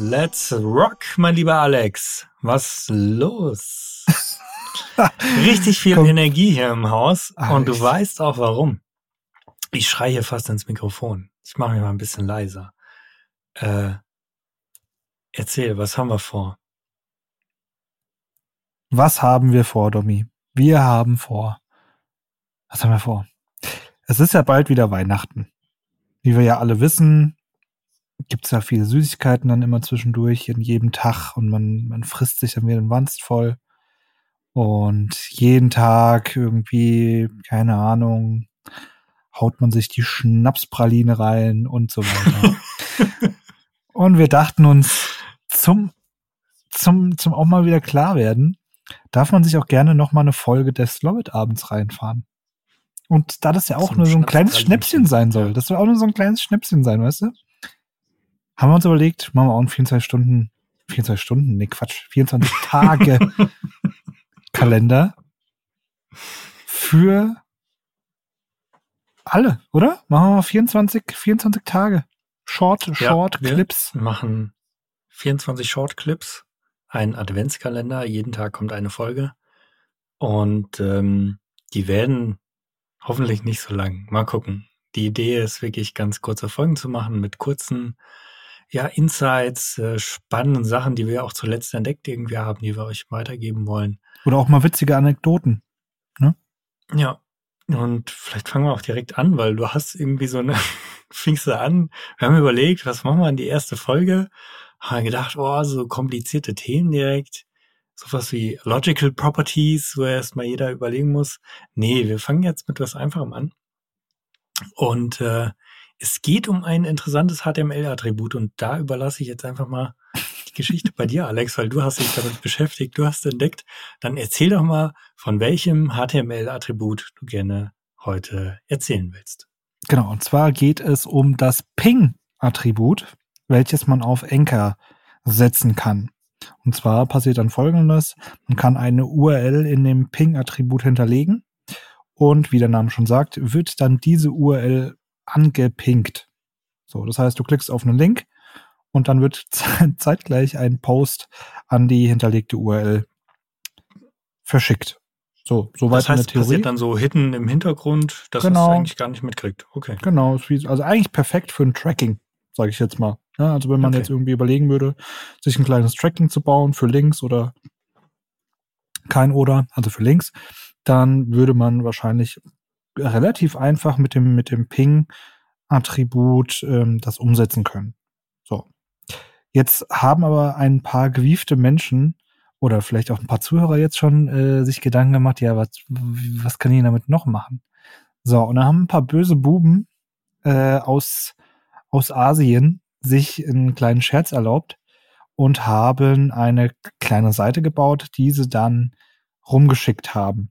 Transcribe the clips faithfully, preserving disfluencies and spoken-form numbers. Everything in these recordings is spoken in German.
Let's rock, mein lieber Alex. Was los? Richtig viel Komm. Energie hier im Haus. Ach, und du echt? weißt auch warum. Ich schreie hier fast ins Mikrofon. Ich mache mich mal ein bisschen leiser. Äh, erzähl, was haben wir vor? Was haben wir vor, Domi? Wir haben vor. Was haben wir vor? Es ist ja bald wieder Weihnachten. Wie wir ja alle wissen, gibt es ja viele Süßigkeiten dann immer zwischendurch in jedem Tag und man, man frisst sich dann wieder den Wanst voll. Und jeden Tag irgendwie, keine Ahnung, haut man sich die Schnapspraline rein und so weiter. Und wir dachten uns, zum, zum, zum auch mal wieder klar werden, darf man sich auch gerne noch mal eine Folge des Slobit-Abends reinfahren. Und da das ja auch So ein nur so ein kleines Schnapspralinchen. Schnäpschen sein soll, Ja. das soll auch nur so ein kleines Schnäpschen sein, weißt du? Haben wir uns überlegt, machen wir auch einen vierundzwanzig Stunden, vierundzwanzig Stunden, nee, Quatsch, vierundzwanzig Tage Kalender für alle, oder? Machen wir mal vierundzwanzig, vierundzwanzig Tage. Short, Short wir Clips. machen vierundzwanzig Short Clips, ein Adventskalender, jeden Tag kommt eine Folge und ähm, die werden hoffentlich nicht so lang. Mal gucken. Die Idee ist wirklich ganz kurze Folgen zu machen mit kurzen ja, Insights, äh, spannenden Sachen, die wir auch zuletzt entdeckt irgendwie haben, die wir euch weitergeben wollen. Oder auch mal witzige Anekdoten. Ja, und vielleicht fangen wir auch direkt an, weil du hast irgendwie so eine, fingst du an, wir haben überlegt, was machen wir in die erste Folge, haben gedacht, oh, so komplizierte Themen direkt, sowas wie Logical Properties, wo erstmal jeder überlegen muss. Nee, wir fangen jetzt mit was Einfachem an. Und äh, es geht um ein interessantes H T M L-Attribut und da überlasse ich jetzt einfach mal die Geschichte bei dir, Alex, weil du hast dich damit beschäftigt, du hast entdeckt. Dann erzähl doch mal, von welchem H T M L-Attribut du gerne heute erzählen willst. Genau, und zwar geht es um das Ping-Attribut, welches man auf Anchor setzen kann. Und zwar passiert dann Folgendes: Man kann eine U R L in dem Ping-Attribut hinterlegen und, wie der Name schon sagt, wird dann diese U R L angepingt. So, das heißt, du klickst auf einen Link und dann wird zeitgleich ein Post an die hinterlegte U R L verschickt. So, soweit Das heißt, in der es Theorie. passiert dann so hidden im Hintergrund, dass Genau. es eigentlich gar nicht mitkriegt. Okay. Genau, ist wie, also eigentlich perfekt für ein Tracking, sage ich jetzt mal. Ja, also wenn man Okay. jetzt irgendwie überlegen würde, sich ein kleines Tracking zu bauen für Links oder kein oder, also für Links, dann würde man wahrscheinlich relativ einfach mit dem mit dem Ping-Attribut ähm, das umsetzen können. So, jetzt haben aber ein paar gewiefte Menschen oder vielleicht auch ein paar Zuhörer jetzt schon äh, sich Gedanken gemacht, ja, was was kann ich damit noch machen? So, und dann haben ein paar böse Buben äh, aus aus Asien sich einen kleinen Scherz erlaubt und haben eine kleine Seite gebaut, die sie dann rumgeschickt haben.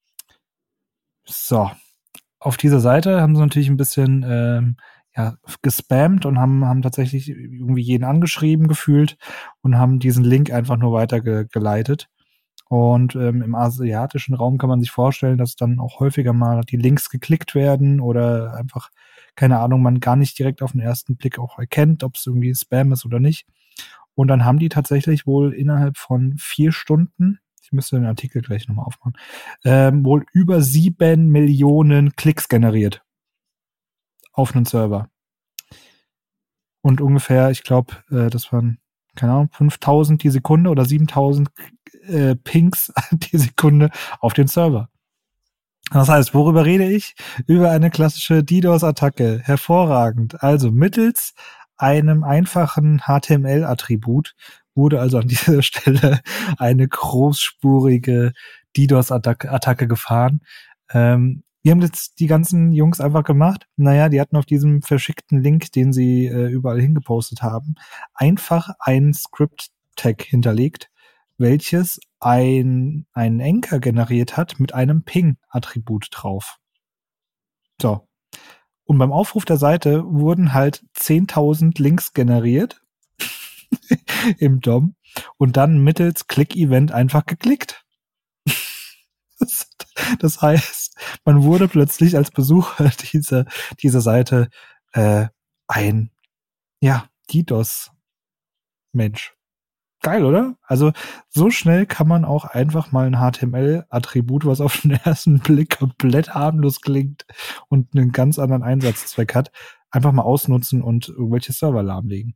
So, auf dieser Seite haben sie natürlich ein bisschen ähm, ja, gespammt und haben, haben tatsächlich irgendwie jeden angeschrieben gefühlt und haben diesen Link einfach nur weitergeleitet. Und ähm, im asiatischen Raum kann man sich vorstellen, dass dann auch häufiger mal die Links geklickt werden oder einfach, keine Ahnung, man gar nicht direkt auf den ersten Blick auch erkennt, ob es irgendwie Spam ist oder nicht. Und dann haben die tatsächlich wohl innerhalb von vier Stunden, ich müsste den Artikel gleich nochmal aufmachen, ähm, wohl über sieben Millionen Klicks generiert auf einen Server. Und ungefähr, ich glaube, äh, das waren, keine Ahnung, fünftausend die Sekunde oder siebentausend äh, Pings die Sekunde auf den Server. Das heißt, worüber rede ich? Über eine klassische DDoS-Attacke. Hervorragend. Also mittels einem einfachen H T M L-Attribut wurde also an dieser Stelle eine großspurige DDoS-Attacke gefahren. Ähm, wie haben jetzt die ganzen Jungs einfach gemacht? Naja, die hatten auf diesem verschickten Link, den sie äh, überall hingepostet haben, einfach ein Script-Tag hinterlegt, welches ein, einen Anchor generiert hat mit einem Ping-Attribut drauf. So. Und beim Aufruf der Seite wurden halt zehntausend Links generiert im D O M und dann mittels Click-Event einfach geklickt. Das, das heißt, man wurde plötzlich als Besucher dieser, dieser Seite äh, ein ja, DDoS Mensch. Geil, oder? Also so schnell kann man auch einfach mal ein H T M L-Attribut, was auf den ersten Blick komplett harmlos klingt und einen ganz anderen Einsatzzweck hat, einfach mal ausnutzen und irgendwelche Server lahmlegen.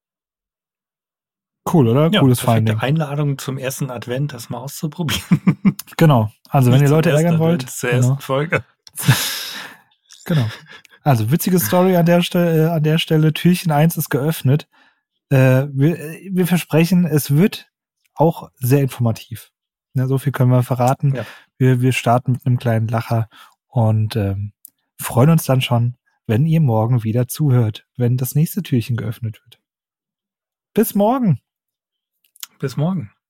Cool, oder? Ja, Cooles perfekte Finding. Einladung zum ersten Advent, das mal auszuprobieren. Genau. Also wenn Nicht ihr zum Leute ersten ärgern Advent, wollt. zur Genau. ersten Folge. Genau. Also witzige Story an der Stelle. Äh, an der Stelle. Türchen eins ist geöffnet. Äh, wir, wir versprechen, es wird auch sehr informativ. Ja, so viel können wir verraten. Ja. Wir, wir starten mit einem kleinen Lacher und ähm, freuen uns dann schon, wenn ihr morgen wieder zuhört, wenn das nächste Türchen geöffnet wird. Bis morgen. Bis morgen.